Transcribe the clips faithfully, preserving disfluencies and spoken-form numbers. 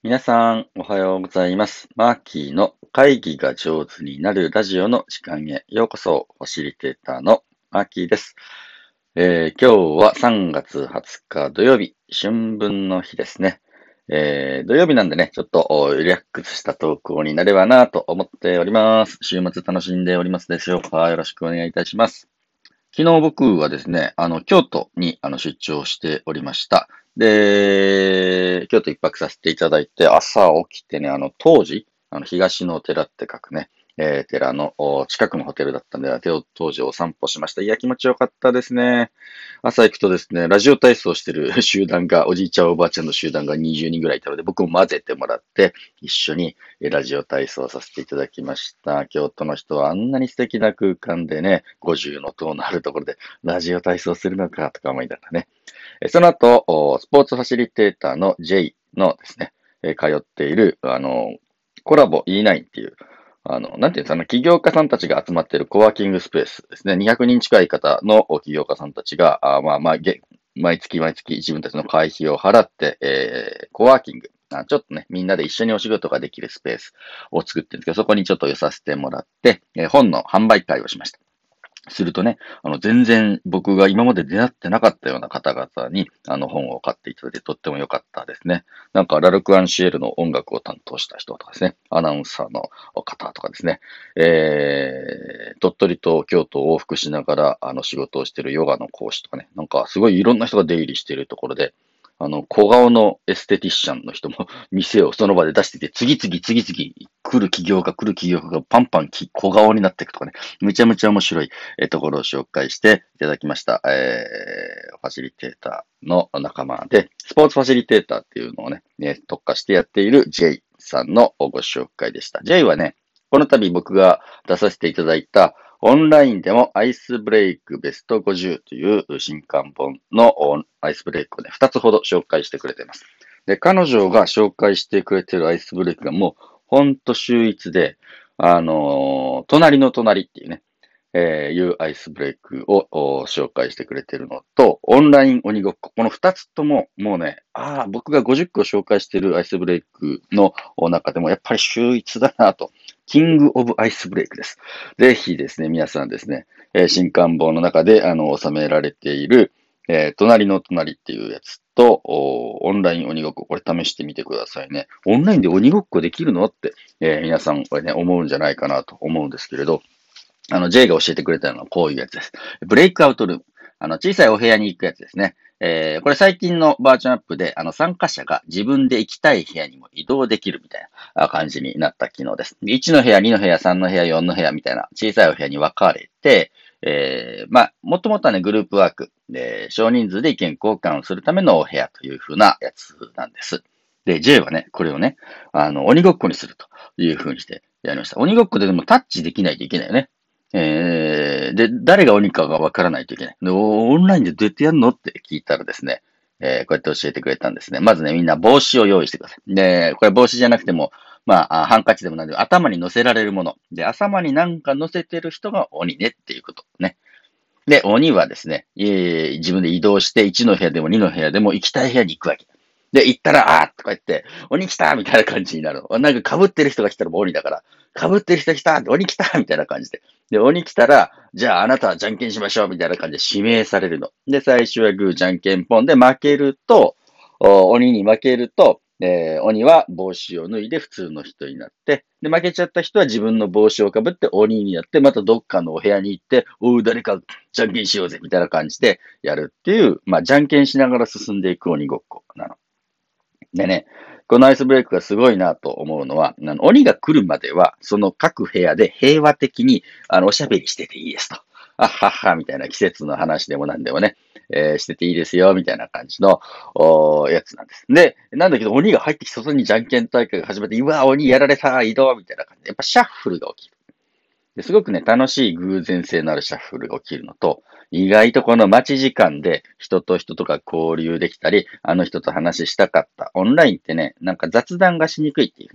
皆さん、おはようございます。マーキーの会議が上手になるラジオの時間へようこそ。ファシリテーターのマーキーです。えー今日はさんがつはつか土曜日、春分の日ですね。えー土曜日なんでね、ちょっとおリラックスした投稿になればなと思っております。週末楽しんでおりますでしょうか？よろしくお願いいたします。昨日僕はですね、あの、京都にあの出張しておりました。で、京都一泊させていただいて、朝起きてね、あの、当時、あの、東の寺って書くね、えー寺のお近くのホテルだったんで、当時お散歩しました。いや、気持ちよかったですね。朝行くとですね、ラジオ体操してる集団が、おじいちゃんおばあちゃんの集団がにじゅうにんぐらいいたので、僕も混ぜてもらって、一緒にえラジオ体操させていただきました。京都の人はあんなに素敵な空間でね、ごじゅうの塔のあるところでラジオ体操するのかとか思いながらね。えその後、おスポーツファシリテーターの J のですね、え通っている、あの、コラボ イーナイン っていう、あの、なんていうんですかね、起業家さんたちが集まっているコワーキングスペースですね。にひゃくにん近い方の起業家さんたちが、あまあまあ、げ毎月毎月自分たちの会費を払って、えー、コワーキング、あちょっとね、みんなで一緒にお仕事ができるスペースを作ってるんですけど、そこにちょっと寄させてもらって、えー本の販売会をしました。するとね、あの、全然僕が今まで出会ってなかったような方々に、あの、本を買っていただいてとっても良かったですね。なんか、ラルクアンシエルの音楽を担当した人とかですね、アナウンサーの方とかですね、えー、鳥取と京都を往復しながら、あの、仕事をしているヨガの講師とかね、なんか、すごいいろんな人が出入りしているところで、あの、小顔のエステティシャンの人も店をその場で出してて、次々次々来る企業が来る企業がパンパンき小顔になっていくとかね、めちゃめちゃ面白いえーところを紹介していただきました。えー、ファシリテーターの仲間で、スポーツファシリテーターっていうのをね、ね特化してやっている J さんのご紹介でした。J はね、この度僕が出させていただいたオンラインでもアイスブレイクベストごじゅうという新刊本のアイスブレイクをね、ふたつほど紹介してくれています。で、彼女が紹介してくれているアイスブレイクがもうほんと秀逸で、あのー隣の隣っていうね、えーいうアイスブレイクをお紹介してくれているのと、オンライン鬼ごっこ。この二つとも、もうね、ああ、僕がごじゅっこ紹介しているアイスブレイクの中でも、やっぱり秀逸だなと。キングオブアイスブレイクです。ぜひですね、皆さんですね、えー新刊本の中で、あの、収められている、えー隣の隣っていうやつと、おオンライン鬼ごっこ、これ試してみてくださいね。オンラインで鬼ごっこできるのって、えー皆さん、これね、思うんじゃないかなと思うんですけれど、あの、J が教えてくれたのはこういうやつです。ブレイクアウトルーム。あの、小さいお部屋に行くやつですね。えー、これ最近のバージョンアップで、あの、参加者が自分で行きたい部屋にも移動できるみたいな感じになった機能です。いちの部屋、にの部屋、さんの部屋、よんの部屋みたいな小さいお部屋に分かれて、えー、まあ、もともとはね、グループワークで、少人数で意見交換をするためのお部屋という風なやつなんです。で、J はね、これをね、あの、鬼ごっこにするという風にしてやりました。鬼ごっこででもタッチできないといけないよね。えー、で、誰が鬼かがわからないといけない。で、オンラインでどうやってやるのって聞いたらですね、えーこうやって教えてくれたんですね。まずね、みんな帽子を用意してください。で、これ帽子じゃなくても、まあ、あハンカチでもなんで、頭に乗せられるもの。で、頭になんか乗せてる人が鬼ねっていうことね。で、鬼はですね、えー自分で移動していちの部屋でもにの部屋でも行きたい部屋に行くわけ。で、行ったら、あーとか言って、鬼来たみたいな感じになるの。なんか被ってる人が来たらもう鬼だから、被ってる人来た鬼来たみたいな感じで。で、鬼来たら、じゃああなたはじゃんけんしましょうみたいな感じで指名されるの。で、最初はグーじゃんけんポンで負けると、お鬼に負けると、えー鬼は帽子を脱いで普通の人になって、で、負けちゃった人は自分の帽子をかぶって鬼になって、またどっかのお部屋に行って、おう、誰かじゃんけんしようぜみたいな感じでやるっていう、まあ、じゃんけんしながら進んでいく鬼ごっこなの。でね、このアイスブレイクがすごいなと思うのは、あの鬼が来るまでは、その各部屋で平和的に、あの、おしゃべりしてていいですと。あっはっは、みたいな季節の話でも何でもね、えーしてていいですよ、みたいな感じの、おやつなんです。で、なんだけど鬼が入ってきて外にじゃんけん大会が始まって、うわ、鬼やられた、移動、みたいな感じで、やっぱシャッフルが起きる。ですごくね、楽しい偶然性のあるシャッフルが起きるのと、意外とこの待ち時間で人と人とか交流できたり、あの人と話したかった。オンラインってね、なんか雑談がしにくいっていうふうにね、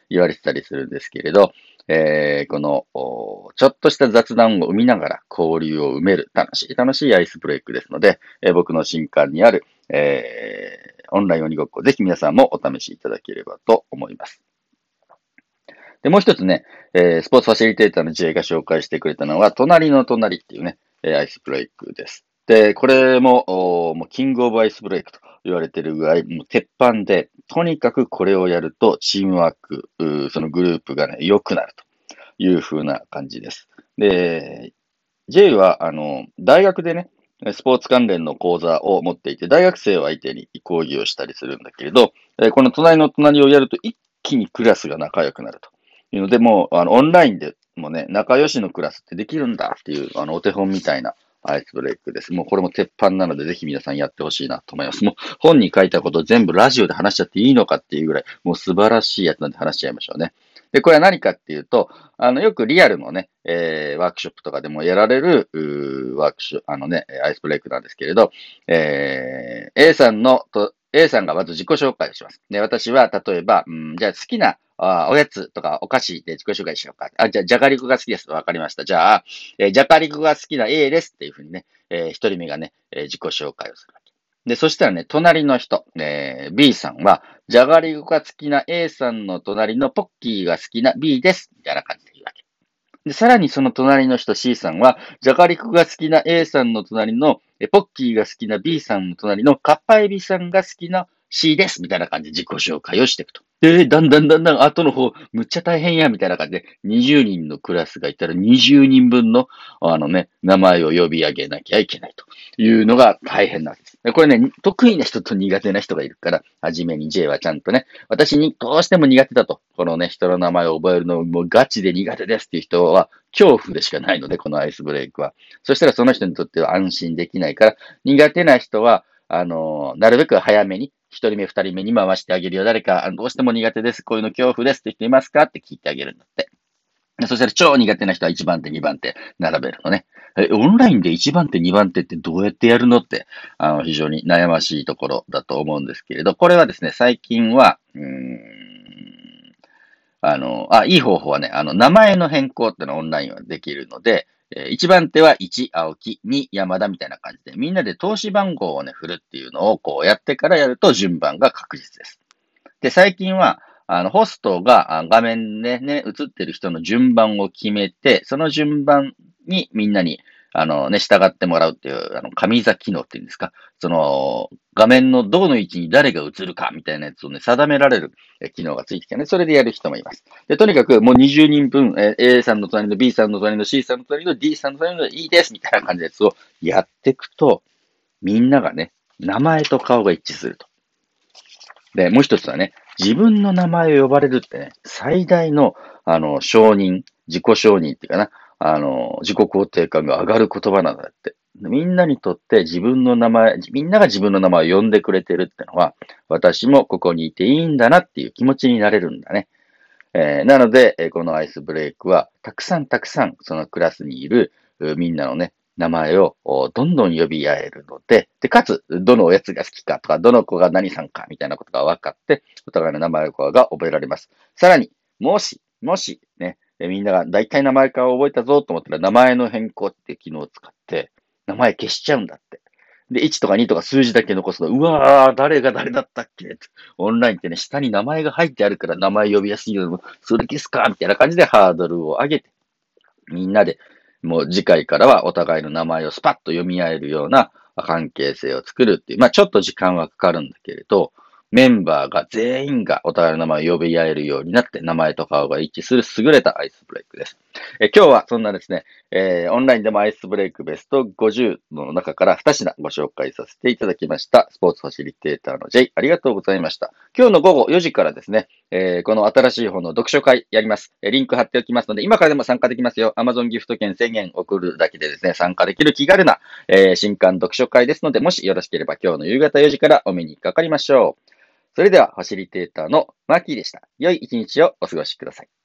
言われてたりするんですけれど、えー、この、ちょっとした雑談を生みながら交流を埋める楽しい楽しいアイスブレイクですので、えー、僕の新刊にある、えー、オンライン鬼ごっこ、ぜひ皆さんもお試しいただければと思います。で、もう一つね、えー、スポーツファシリテーターの J が紹介してくれたのは、隣の隣っていうね、えー、アイスブレイクです。で、これも、もうキングオブアイスブレイクと言われてるぐらい、もう鉄板で、とにかくこれをやるとチームワーク、そのグループがね、良くなるという風な感じです。で、J は、あの、大学でね、スポーツ関連の講座を持っていて、大学生を相手に講義をしたりするんだけれど、この隣の隣をやると一気にクラスが仲良くなるというので、もう、あの、オンラインでもね、仲良しのクラスってできるんだっていう、あの、お手本みたいなアイスブレイクです。もうこれも鉄板なので、ぜひ皆さんやってほしいなと思います。もう本に書いたことを全部ラジオで話しちゃっていいのかっていうぐらい、もう素晴らしいやつなんで話しちゃいましょうね。で、これは何かっていうと、あの、よくリアルのね、えー、ワークショップとかでもやられる、ワークショップ、あのね、アイスブレイクなんですけれど、えー、A さんの、と、A さんがまず自己紹介をします。で、私は、例えば、うん、じゃあ好きな、あおやつとかお菓子で自己紹介しようか。あ、じゃあ、じゃがりこが好きです。わかりました。じゃあ、えー、じゃがりこが好きな A ですっていうふうにね、えー、一人目がね、えー、自己紹介をするわけ。で、そしたらね、隣の人、えー、B さんは、じゃがりこが好きな A さんの隣のポッキーが好きな B です。みたいな感じで言うわけ。で、さらにその隣の人 C さんは、じゃがりこが好きな A さんの隣の、えポッキーが好きな B さんの隣のカッパエビさんが好きな C です。みたいな感じで自己紹介をしていくと。で、だんだんだんだん後の方、むっちゃ大変や、みたいな感じで、にじゅうにんのクラスがいたらにじゅうにんぶんの、あのね、名前を呼び上げなきゃいけないというのが大変なんです。これね、得意な人と苦手な人がいるから、はじめに J はちゃんとね、私にどうしても苦手だと、このね、人の名前を覚えるのもうガチで苦手ですっていう人は、恐怖でしかないので、このアイスブレイクは。そしたらその人にとっては安心できないから、苦手な人は、あのーなるべく早めに、一人目、二人目に回してあげるよ。誰か、どうしても苦手です。こういうの恐怖ですって人いますかって聞いてあげるんだって。そしたら超苦手な人は一番手、二番手並べるのね。え、オンラインで一番手、二番手ってどうやってやるのって、あの、非常に悩ましいところだと思うんですけれど、これはですね、最近は、うーん、あの、あ、いい方法はね、あの、名前の変更ってのはオンラインはできるので、えー、一番手はいち、青木、に、山田みたいな感じで、みんなで投資番号をね、振るっていうのをこうやってからやると順番が確実です。で、最近は、あの、ホストが画面でね、映ってる人の順番を決めて、その順番にみんなに、あのね、従ってもらうっていう、あの、上座機能っていうんですか。その、画面のどの位置に誰が映るかみたいなやつをね、定められる機能がついてきてね、それでやる人もいます。で、とにかくもうにじゅうにんぶん、え A さんの隣の B さんの隣の C さんの隣の D さんの隣の E です、みたいな感じのやつをやっていくと、みんながね、名前と顔が一致すると。で、もう一つはね、自分の名前を呼ばれるってね、最大の、あの、承認、自己承認っていうかな、あの、自己肯定感が上がる言葉なんだって。みんなにとって自分の名前、みんなが自分の名前を呼んでくれてるってのは、私もここにいていいんだなっていう気持ちになれるんだね。えーなので、えーこのアイスブレイクは、たくさんたくさんそのクラスにいるうみんなのね、名前をおどんどん呼び合えるので、で、かつ、どのおやつが好きかとか、どの子が何さんかみたいなことが分かって、お互いの名前が覚えられます。さらに、もし、もし、ね、えみんなが大体名前から覚えたぞと思ったら、名前の変更っていう機能を使って、名前消しちゃうんだって。で、いちとかにとか数字だけ残すと、うわー、誰が誰だったっけオンラインってね、下に名前が入ってあるから名前呼びやすいよ。それ消すかみたいな感じでハードルを上げて、みんなで、もう次回からはお互いの名前をスパッと読み合えるような関係性を作るっていう。まあちょっと時間はかかるんだけれど、メンバーが全員がお互いの名前を呼び合えるようになって、名前と顔が一致する優れたアイスブレイクです。え今日はそんなですね、えーオンラインでもアイスブレイクベストごじゅうの中からに品ご紹介させていただきました。スポーツファシリテーターの J、ありがとうございました。今日の午後よじからですね、えーこの新しい本の読書会やります。えーリンク貼っておきますので、今からでも参加できますよ。Amazon ギフト券せんえん送るだけでですね、参加できる気軽な、えー新刊読書会ですので、もしよろしければ今日の夕方よじからお目にかかりましょう。それでは、ファシリテーターのマーキーでした。良い一日をお過ごしください。